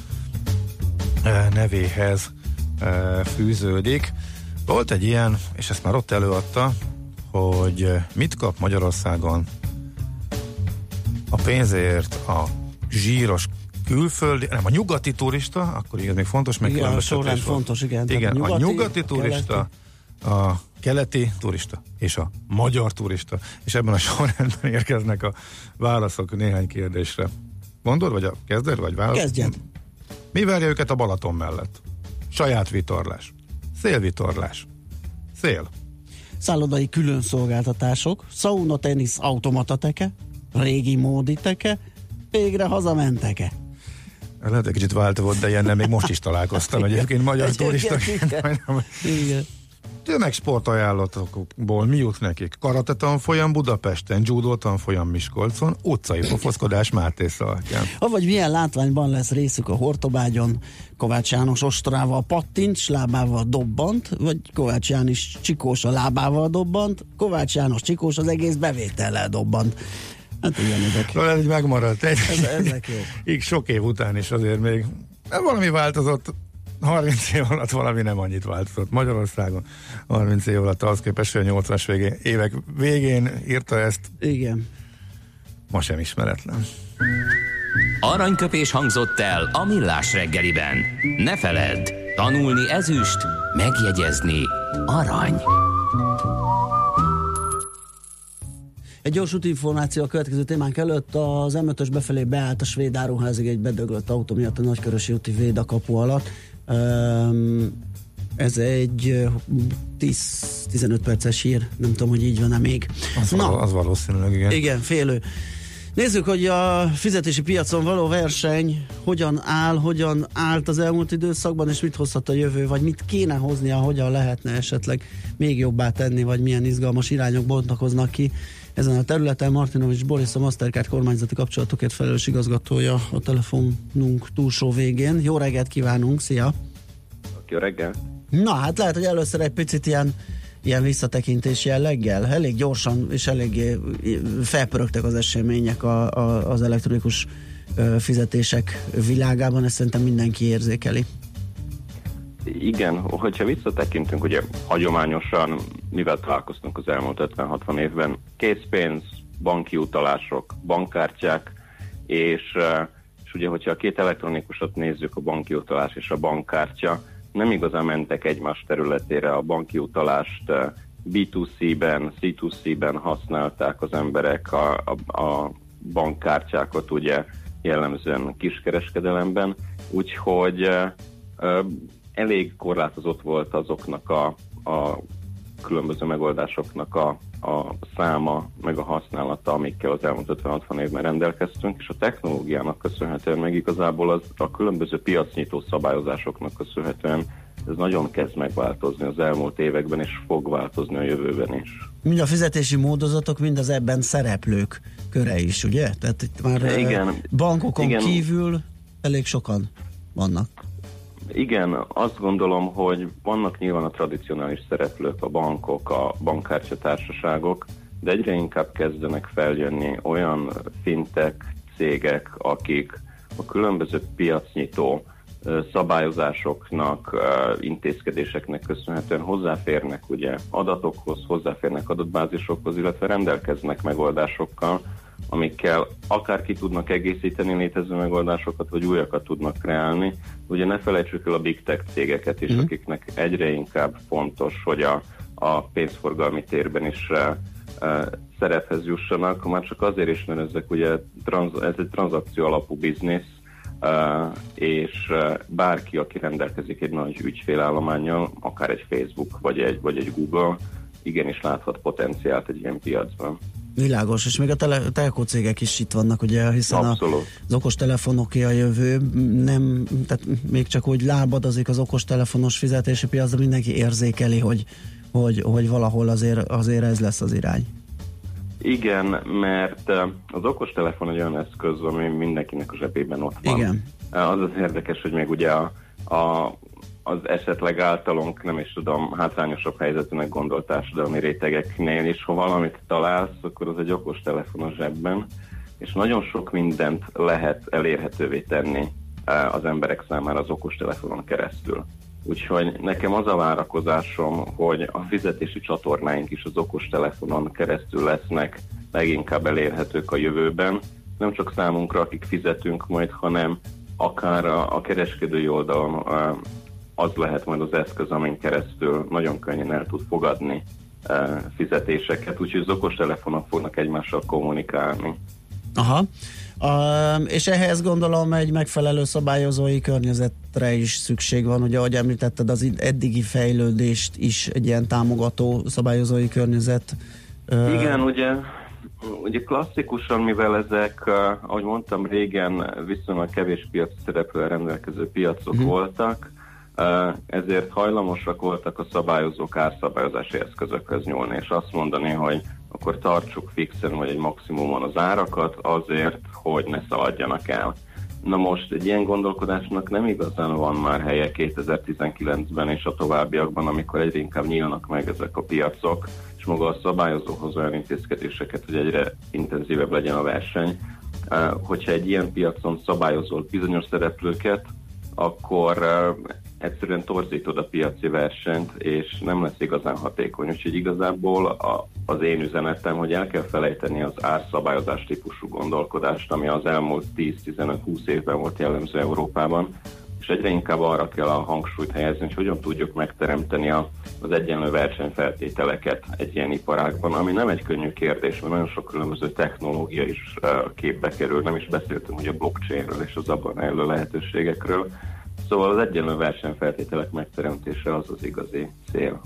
nevéhez fűződik. Volt egy ilyen, és ezt már ott előadta, hogy mit kap Magyarországon a pénzért a zsíros külföldi, nem, a nyugati turista, akkor igen, még fontos megkülönböztetés fontos, igen. Igen, a nyugati turista, a keleti turista és a magyar turista, és ebben a sorrendben érkeznek a válaszok néhány kérdésre. Mondod, vagy kezded, vagy válasz? Kezdjed. Mi várja őket a Balaton mellett? Saját vitorlás, szélvitorlás, szél. Szállodai különszolgáltatások, sauna, tenisz, automatateke, régi móditeke, végre hazamentek-e? Lehet, egy kicsit váltó volt, de ilyennel még most is találkoztam egyébként magyar turistaként. Igen. Tömegsport ajánlatokból mi jut nekik? Karate tanfolyam Budapesten, judo tanfolyam Miskolcon, utcai pofoszkodás Mátészalkán. Vagy milyen látványban lesz részük a Hortobágyon, Kovács János ostorával pattint, s lábával dobbant, vagy Kovács János csikós a lábával dobbant, Kovács János csikós az egész bevétellel dobbant. Hát igen, ezek. Lehet, hogy megmaradt ezek jók. Így sok év után is azért még valami változott. 30 év alatt valami nem annyit változott Magyarországon. 30 év alatt az képest, hogy a 80-as évek végén írta ezt. Igen. Ma sem ismeretlen. Aranyköpés hangzott el a Millás reggeliben. Ne feledd, tanulni ezüst, megjegyezni arany. Egy gyors útinformáció a következő témánk előtt. Az M5-ös befelé beállt a svéd áruházig egy bedöglött autó miatt a Nagykörösi úti védakapu alatt. Ez egy 10-15 perces hír, nem tudom, hogy így van-e még. Az valószínűleg, igen. Igen, félő. Nézzük, hogy a fizetési piacon való verseny hogyan állt az elmúlt időszakban, és mit hozhat a jövő, vagy mit kéne hoznia, hogyan lehetne esetleg még jobbá tenni, vagy milyen izgalmas irányok bontakoznak ki ezen a területen. Martinovics Boris, a Mastercard kormányzati kapcsolatokért felelős igazgatója a telefonunk túlsó végén. Jó reggelt kívánunk, szia! Jó reggelt! Na hát lehet, hogy először egy picit ilyen visszatekintés jelleggel. Elég gyorsan és eléggé felpörögtek az események az elektronikus fizetések világában, ezt szerintem mindenki érzékeli. Igen, hogyha visszatekintünk, ugye hagyományosan mivel találkoztunk az elmúlt 50-60 évben, készpénz, banki utalások, bankkártyák, és ugye, hogyha a két elektronikusat nézzük, a banki utalás és a bankkártya, nem igazán mentek egymás területére. A banki utalást B2C-ben, C2C-ben használták az emberek, a bankkártyákat ugye jellemzően kiskereskedelemben, úgyhogy elég korlátozott volt azoknak a különböző megoldásoknak a száma, meg a használata, amikkel az elmúlt 50-60 évben rendelkeztünk, és a technológiának köszönhetően, meg igazából a különböző piacnyitó szabályozásoknak köszönhetően ez nagyon kezd megváltozni az elmúlt években, és fog változni a jövőben is. Mind a fizetési módozatok, mind az ebben szereplők köre is, ugye? Tehát itt már bankokon kívül elég sokan vannak. Igen, azt gondolom, hogy vannak nyilván a tradicionális szereplők, a bankok, a bankkártyatársaságok, de egyre inkább kezdenek feljönni olyan fintech cégek, akik a különböző piacnyitó szabályozásoknak, intézkedéseknek köszönhetően hozzáférnek ugye adatokhoz, hozzáférnek adatbázisokhoz, illetve rendelkeznek megoldásokkal, amikkel akár ki tudnak egészíteni létező megoldásokat, vagy újakat tudnak kreálni. Ugye ne felejtsük el a big tech cégeket is, akiknek egyre inkább fontos, hogy a pénzforgalmi térben is szerephez jussanak, már csak azért is, mert ezek ugye ez egy tranzakció alapú biznisz, és bárki, aki rendelkezik egy nagy ügyfélállománnyal, akár egy Facebook vagy egy Google, igenis láthat potenciált egy ilyen piacban. Világos, és még a telekó cégek is itt vannak, ugye, hiszen az okostelefonoké a jövő, nem, tehát még csak úgy lábadozik az okostelefonos fizetési piac, de mindenki érzékeli, hogy valahol azért ez lesz az irány. Igen, mert az okostelefon egy olyan eszköz, ami mindenkinek a zsebében ott van. Igen. Az az érdekes, hogy még ugye az esetleg általunk, nem is tudom, hátrányosabb helyzetűnek gondolt társadalmi rétegeknél is, ha valamit találsz, akkor az egy okostelefon a zsebben, és nagyon sok mindent lehet elérhetővé tenni az emberek számára az okostelefonon keresztül. Úgyhogy nekem az a várakozásom, hogy a fizetési csatornáink is az okostelefonon keresztül lesznek leginkább elérhetők a jövőben. Nem csak számunkra, akik fizetünk majd, hanem akár a kereskedői oldalon az lehet majd az eszköz, amin keresztül nagyon könnyen el tud fogadni fizetéseket, úgyhogy az okostelefonok fognak egymással kommunikálni. Aha. És ehhez gondolom egy megfelelő szabályozói környezetre is szükség van, ugye ahogy említetted, az eddigi fejlődést is egy ilyen támogató szabályozói környezet. Igen, ugye klasszikusan, mivel ezek, ahogy mondtam, régen viszonylag kevés piaci szereplővel rendelkező piacok voltak, ezért hajlamosak voltak a szabályozók árszabályozási eszközökhöz nyúlni, és azt mondani, hogy akkor tartsuk fixen, vagy egy maximumon az árakat azért, hogy ne szaladjanak el. Na most egy ilyen gondolkodásnak nem igazán van már helye 2019-ben és a továbbiakban, amikor egyre inkább nyílnak meg ezek a piacok, és maga a szabályozóhoz olyan intézkedéseket, hogy egyre intenzívebb legyen a verseny. Hogyha egy ilyen piacon szabályozol bizonyos szereplőket, akkor egyszerűen torzítod a piaci versenyt, és nem lesz igazán hatékony. Úgyhogy igazából az én üzenetem, hogy el kell felejteni az árszabályozás típusú gondolkodást, ami az elmúlt 10-15-20 évben volt jellemző Európában, és egyre inkább arra kell a hangsúlyt helyezni, hogy hogyan tudjuk megteremteni az egyenlő versenyfeltételeket egy ilyen iparágban, ami nem egy könnyű kérdés, mert nagyon sok különböző technológia is képbe kerül, nem is beszéltünk ugye a blockchainről és az abban rejlő lehetőségekről. Szóval az egyenlő versenyfeltételek megteremtése az az igazi cél.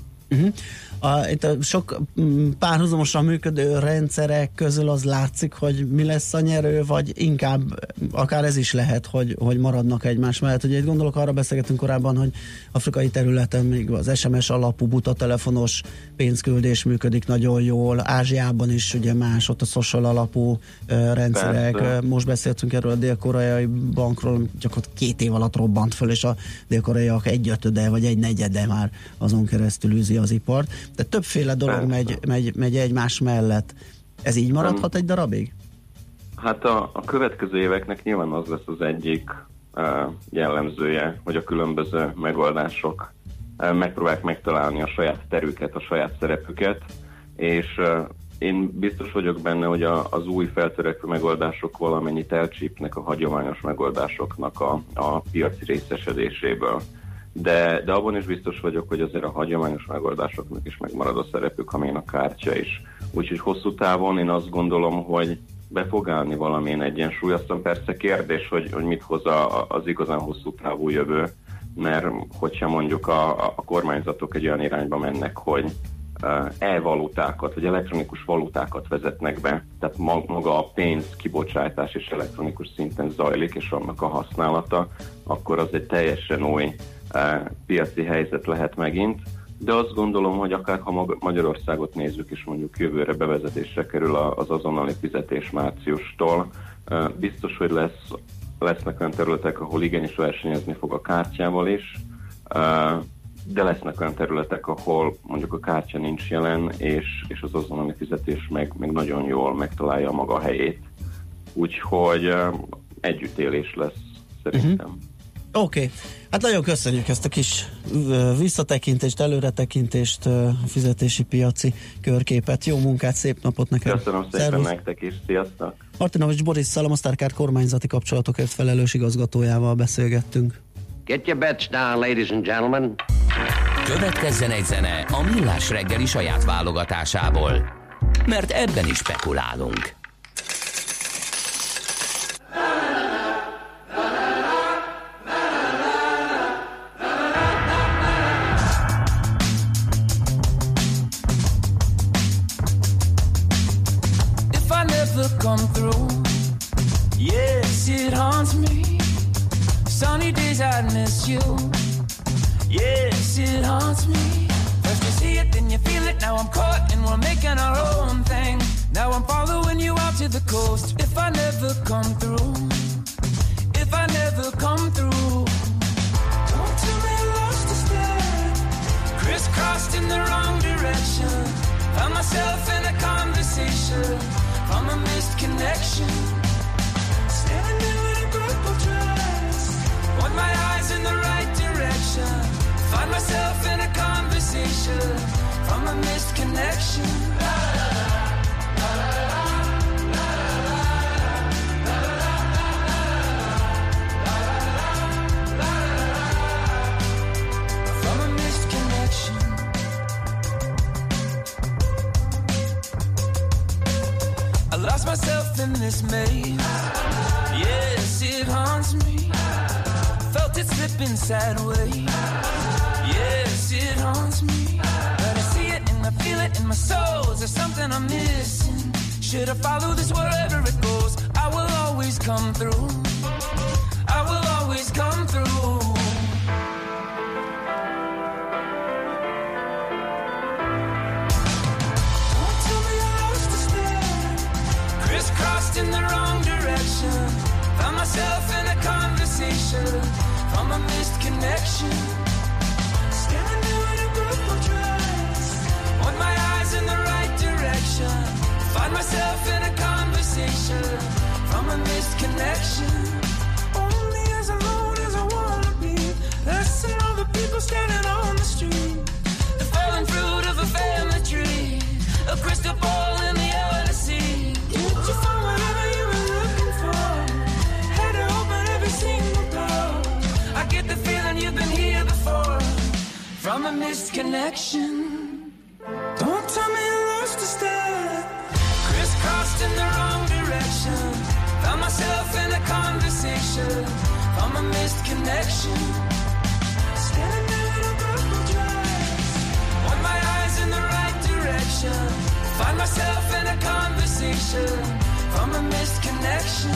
Itt a sok párhuzamosan működő rendszerek közül az látszik, hogy mi lesz a nyerő, vagy inkább akár ez is lehet, hogy maradnak egymás mellett. Ugye itt gondolok, arra beszélgetünk korábban, hogy afrikai területen még az SMS alapú buta telefonos pénzküldés működik nagyon jól, Ázsiában is ugye más, ott a social alapú rendszerek. Persze. Most beszéltünk erről a dél-koreai bankról, gyakorlatilag 2 év alatt robbant föl, és a dél-koreaiak 1/5 vagy 1/4 már azon keresztül űzi az ipart. De többféle dolog megy egymás mellett. Ez így maradhat egy darabig? Hát a következő éveknek nyilván az lesz az egyik jellemzője, hogy a különböző megoldások megpróbálják megtalálni a saját terüket, a saját szerepüket, és én biztos vagyok benne, hogy az új feltörekvő megoldások valamennyit elcsípnek a hagyományos megoldásoknak a piaci részesedéséből. De abban is biztos vagyok, hogy azért a hagyományos megoldásoknak is megmarad a szerepük, amilyen a kártya is. Úgyhogy hosszú távon én azt gondolom, hogy be fog állni valamilyen egyensúly. Aztán persze kérdés, hogy mit hoz az igazán hosszú távú jövő, mert hogyha mondjuk a kormányzatok egy olyan irányba mennek, hogy e-valutákat, vagy elektronikus valutákat vezetnek be, tehát maga a pénz kibocsátás is elektronikus szinten zajlik, és annak a használata, akkor az egy teljesen új piaci helyzet lehet megint, de azt gondolom, hogy akár ha Magyarországot nézzük, és mondjuk jövőre bevezetésre kerül az azonnali fizetés márciustól, biztos, hogy lesznek olyan területek, ahol igenis versenyezni fog a kártyával is, de lesznek olyan területek, ahol mondjuk a kártya nincs jelen, és az azonnali fizetés meg nagyon jól megtalálja a maga helyét. Úgyhogy együttélés lesz szerintem. Oké. Hát nagyon köszönjük ezt a kis visszatekintést, előretekintést, fizetési piaci körképet. Jó munkát, szép napot neked. Köszönöm szépen. Szervusz. Nektek is. Sziasztok. Martinovics Borisszal, a Mastercard kormányzati kapcsolatokért felelős igazgatójával beszélgettünk. Get your bets down, ladies and gentlemen. Következzen egy zene a Millás reggeli saját válogatásából, mert ebben is spekulálunk. Come through, yes, it haunts me. Sunny days I miss you, yes, it haunts me. First you see it, then you feel it. Now I'm caught and we're making our own thing. Now I'm following you out to the coast. If I never come through, if I never come through, don't tell me I lost a step. Crisscrossed in the wrong direction. Found myself in a conversation from a missed connection. Standing there in a purple dress, point my eyes in the right direction. Find myself in a conversation from a missed connection. From a missed connection. I lost myself in this maze. Yes, it haunts me. Felt it slipping sideways. Yes, it haunts me. But I see it and I feel it in my soul. There's something I'm missing. Should I follow this wherever it goes? I will always come through. I will always come through. Crisscrossed in the wrong direction. Found myself in a conversation from a missed connection. Standing there in a purple dress, point my eyes in the right direction. Find myself in a conversation from a missed connection. Only as alone as I wanna be. Less than all the people standing on the street. The fallen fruit of a family tree. A crystal ball in the air to see. Did you find whatever you were looking for? Had to open every single door. I get the feeling you've been here before. From a missed connection. Don't tell me you lost a step. Crisscrossed in the wrong direction. Found myself in a conversation from a missed connection. Standing there in a purple dress, point my eyes in the right direction. Find myself in a conversation from a missed connection.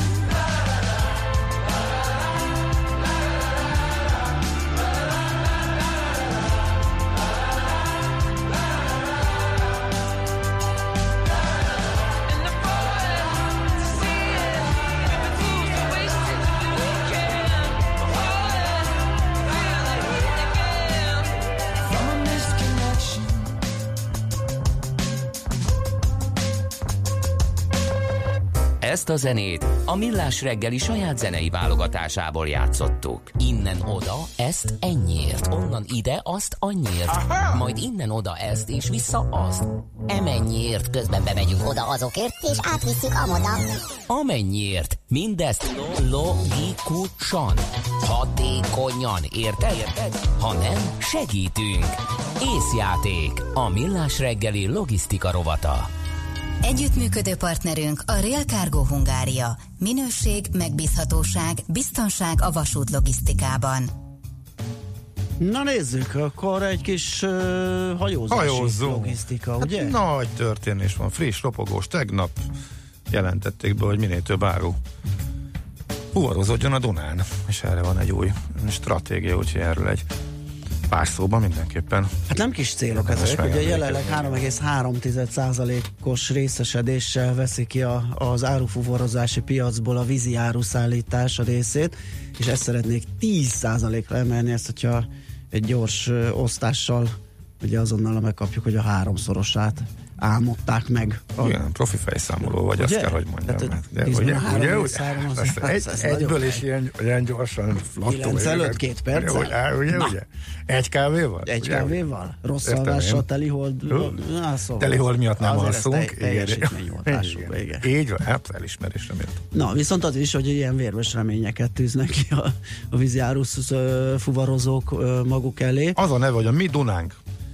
Ezt a zenét a Millás reggeli saját zenei válogatásából játszottuk. Innen oda, ezt ennyiért, onnan ide, azt annyiért, majd innen oda ezt, és vissza azt. Emennyiért, közben bemegyünk oda azokért, és átvisszük amoda. Amennyiért, mindezt logikusan, hatékonyan, érted? Ha nem, segítünk. Észjáték, a Millás reggeli logisztika rovata. Együttműködő partnerünk a Rail Cargo Hungária. Minőség, megbízhatóság, biztonság a vasút logisztikában. Na nézzük, akkor egy kis hajózási logisztika, ugye? Hát nagy történés van, friss, ropogós, tegnap jelentették be, hogy minél több áru fuvarozódjon a Dunán, és erre van egy új stratégia, úgyhogy erről egy pár szóban mindenképpen. Hát nem kis célok ezek, ugye jelenleg 3,3%-os részesedéssel veszi ki az árufuvarozási piacból a vízi áruszállítás a részét, és ezt szeretnék 10%-ra emelni, ezt hogyha egy gyors osztással ugye azonnal megkapjuk, hogy a 3-szorosát álmodták meg. Igen, profi fejszámoló vagy, azt kell, hogy mondjam. Egyből is ilyen gyorsan flattó. 9 előtt 2 perccel? Ugye? Egy kávéval? Egy kávéval? Rossz alvással, telihold. Telihold miatt nem alszunk. Teljesítményoltású. Így van, hát elismerésre miért. Na, viszont az is, hogy ilyen vérmes reményeket tűznek ki a víziárusz fuvarozók maguk elé. Az a neve, hogy a Mi Dunánk.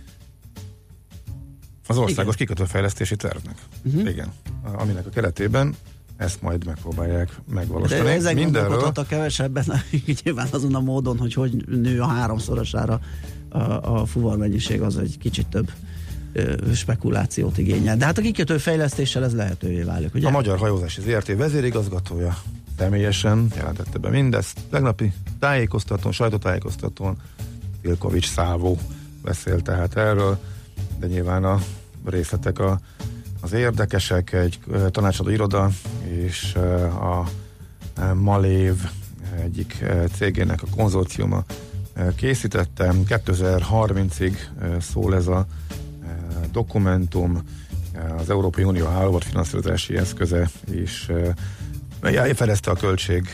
Az országos kikötőfejlesztési tervnek. Igen. Aminek a keretében ezt majd megpróbálják megvalósítani. De ezek gondolkodhattak kevesebben, nyilván azon a módon, hogy nő a 3-szorosára a fuvarmennyiség, az egy kicsit több spekulációt igényel. De hát a kikötőfejlesztéssel ez lehetővé válik, ugye? A Magyar Hajózási ZRT vezérigazgatója személyesen jelentette be mindezt. Tegnapi sajtótájékoztatón Vilkovics Szávó beszélt tehát erről, de nyilván a részletek az érdekesek. Egy tanácsadó iroda és a Malév egyik cégének a konzorciuma készítette. 2030-ig szól ez a dokumentum, az Európai Unió hálózat finanszírozási eszköze is fedezte a költség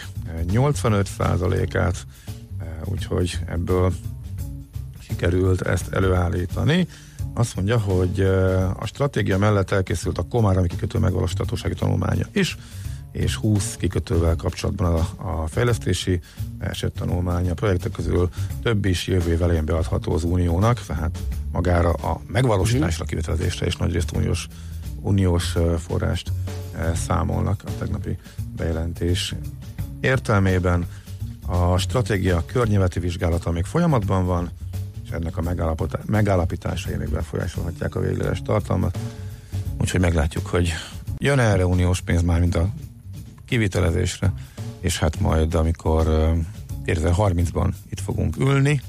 85%-át, úgyhogy ebből sikerült ezt előállítani. Azt mondja, hogy a stratégia mellett elkészült a Komárami kikötő megvalósíthatósági tanulmánya is, és 20 kikötővel kapcsolatban a fejlesztési esettanulmánya. A projektek közül több is jövő év elején beadható az Uniónak, tehát magára a megvalósításra, kivitelezésre és nagyrészt uniós forrást számolnak a tegnapi bejelentés értelmében. A stratégia környezeti vizsgálata még folyamatban van, és ennek a megállapításai még befolyásolhatják a végleges tartalmat. Úgyhogy meglátjuk, hogy jön erre uniós pénz már, mint a kivitelezésre, és hát majd, amikor 2030-ban itt fogunk ülni,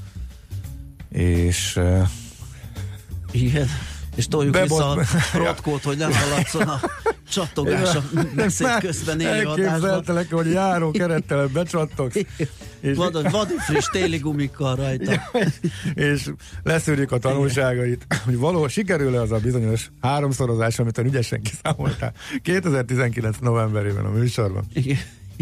és igen, és toljuk vissza a rotkót, hogy nem haladszon a csattogás a beszéd közben élő adásban. Elképzeltelek, hogy járó kerettel becsattogsz. Vadi friss téli gumikkal rajta. És leszűrjük a tanulságait, hogy sikerül-e az a bizonyos 3-szorozás, amit ön ügyesen kiszámoltál 2019 novemberében a műsorban. Igen.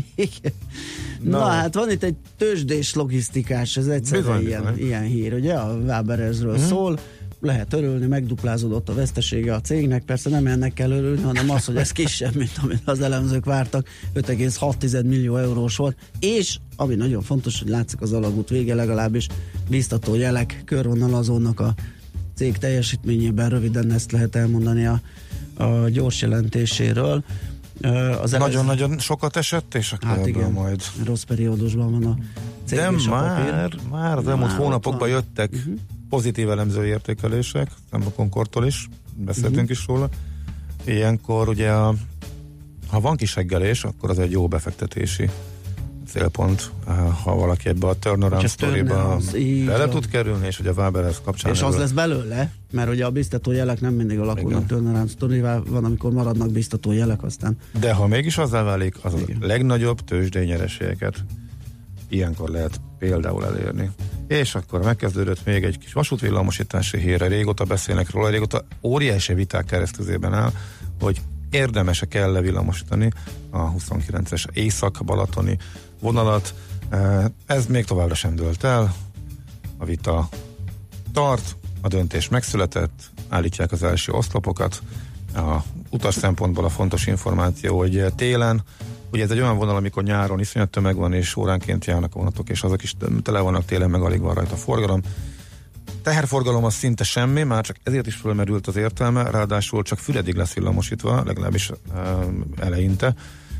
Na hát van itt egy tőzsdés logisztikás, ez egyszerűen ilyen hír, ugye? A Waberezről szól. Lehet örülni, megduplázódott a vesztesége a cégnek, persze nem ennek kell örülni, hanem az, hogy ez kisebb, mint amit az elemzők vártak, 5,6 millió eurós volt, és ami nagyon fontos, hogy látszik az alagút vége, legalábbis biztató jelek körvonalazónak a cég teljesítményében, röviden ezt lehet elmondani a gyors jelentéséről. Nagyon-nagyon sokat esett, és akkor hát igen, majd rossz periódusban van a cég. De már az elmúlt hónapokban jöttek pozitív elemző értékelések, nem a Concordtól is, beszéltünk is róla. Ilyenkor ugye, ha van kiseggelés, akkor az egy jó befektetési célpont, ha valaki ebbe a turnaround sztoriba bele tud kerülni, és ugye a Waberhez kapcsán. És az lesz belőle, mert ugye a biztató jelek nem mindig alakulnak turnaround sztorival, van, amikor maradnak biztató jelek, aztán. De ha mégis azzá válik, az a legnagyobb tőzsdei nyereségeket ilyenkor lehet például elérni. És akkor megkezdődött még egy kis vasútvillamosítási hírre, régóta beszélnek róla, régóta óriási viták keresztüzében áll, hogy érdemes-e, kell-e villamosítani a 29-es észak-balatoni vonalat. Ez még továbbra sem dőlt el, a vita tart, a döntés megszületett, állítják az első oszlopokat. A utas szempontból a fontos információ, hogy télen, ugye ez egy olyan vonal, amikor nyáron iszonyat tömeg van, és óránként járnak a vonatok, és azok is tele vannak, télen meg alig van rajta forgalom. Teherforgalom az szinte semmi, már csak ezért is fölmerült az értelme, ráadásul csak Füredig lesz villamosítva, legalábbis eleinte,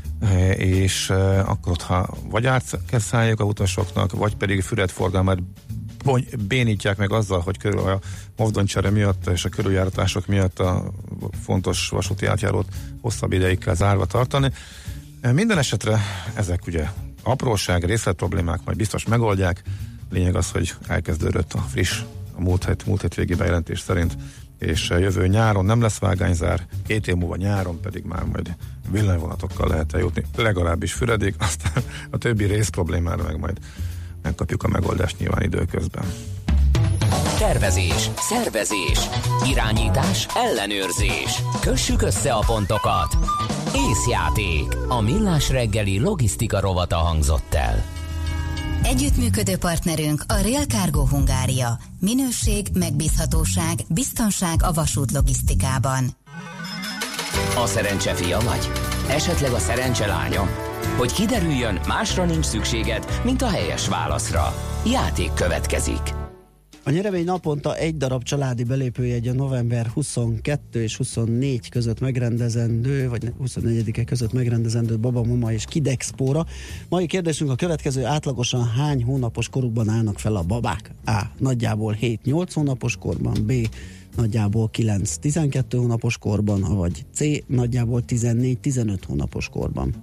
és akkor ott, ha vagy át kell szálljuk a utasoknak, vagy pedig Füred forgalmát bénítják meg azzal, hogy körül a mozdonycsere miatt és a körüljáratások miatt a fontos vasúti átjárót hosszabb ideig kell zárva tartani. Minden esetre ezek ugye apróság, részletproblémák, majd biztos megoldják. Lényeg az, hogy elkezdődött a friss, a múlt hét végi bejelentés szerint, és jövő nyáron nem lesz vágányzár, 2 év múlva nyáron pedig már majd villanyvonatokkal lehet eljutni, legalábbis Füredig, aztán a többi rész problémára meg majd megkapjuk a megoldást nyilván időközben. tervezés, szervezés, irányítás, ellenőrzés. Kössük össze a pontokat. Észjáték. A Millás reggeli logisztika rovata hangzott el. Együttműködő partnerünk a Rail Cargo Hungária. Minőség, megbízhatóság, biztonság a vasút logisztikában. A szerencse fia vagy? Esetleg a szerencse lánya? Hogy kiderüljön, másra nincs szükséged, mint a helyes válaszra. Játék következik. A nyeremény naponta egy darab családi belépőjegy a november 22 és 24 között megrendezendő, vagy 24-e között megrendezendő Baba Mama és Kid Expo-ra. Mai kérdésünk a következő: átlagosan hány hónapos korukban állnak fel a babák? A. Nagyjából 7-8 hónapos korban, B. Nagyjából 9-12 hónapos korban, vagy C. Nagyjából 14-15 hónapos korban.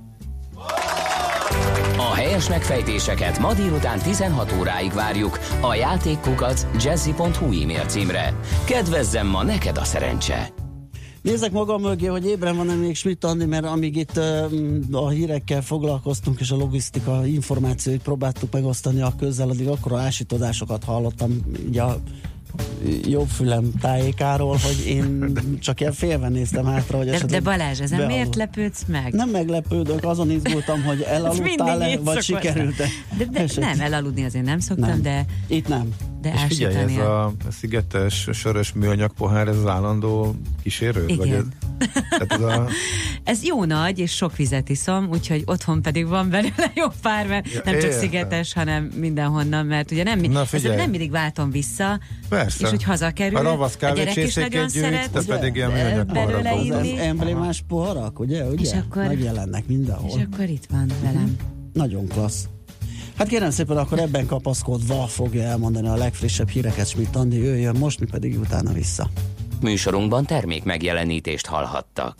A helyes megfejtéseket ma délután 16 óráig várjuk a játékkukac jazzy.hu e-mail címre. Kedvezzem ma neked a szerencse! Nézzek magam mögé, hogy ébren van-e még Schmidt Andi, mert amíg itt a hírekkel foglalkoztunk, és a logisztika információit próbáltuk megosztani a közzel, addig akkora ásítodásokat hallottam ugye a jobb fülem tájékáról, hogy én csak ilyen félve néztem hátra, hogy de Balázs, ezen miért lepődsz meg? Nem meglepődök, azon izgultam, hogy elaludtál-e, vagy sikerült-e. De nem, elaludni azért nem szoktam, nem. de... Itt nem. De és figyelj, ez a szigetes, sörös műanyag pohár, ez az állandó kísérő? Igen. Vagy ez jó nagy, és sok vizet iszom, úgyhogy otthon pedig van belőle jó pár, mert ja, nem csak szigetes, hanem mindenhonnan, mert ugye nem mindig váltom vissza. Persze. És hogy hazakerül, a ravasz a gyerek is nagyon szeret, te pedig ilyen műanyag belőle inni. Emblémás poharak, ugye? És akkor, megjelennek mindenhol. És akkor itt van velem. Nagyon klassz. Hát kérem szépen, akkor ebben kapaszkodva fogja elmondani a legfrissebb híreket Schmidt Andi, ő jön most, mi pedig utána vissza. Műsorunkban termék megjelenítést hallhattak.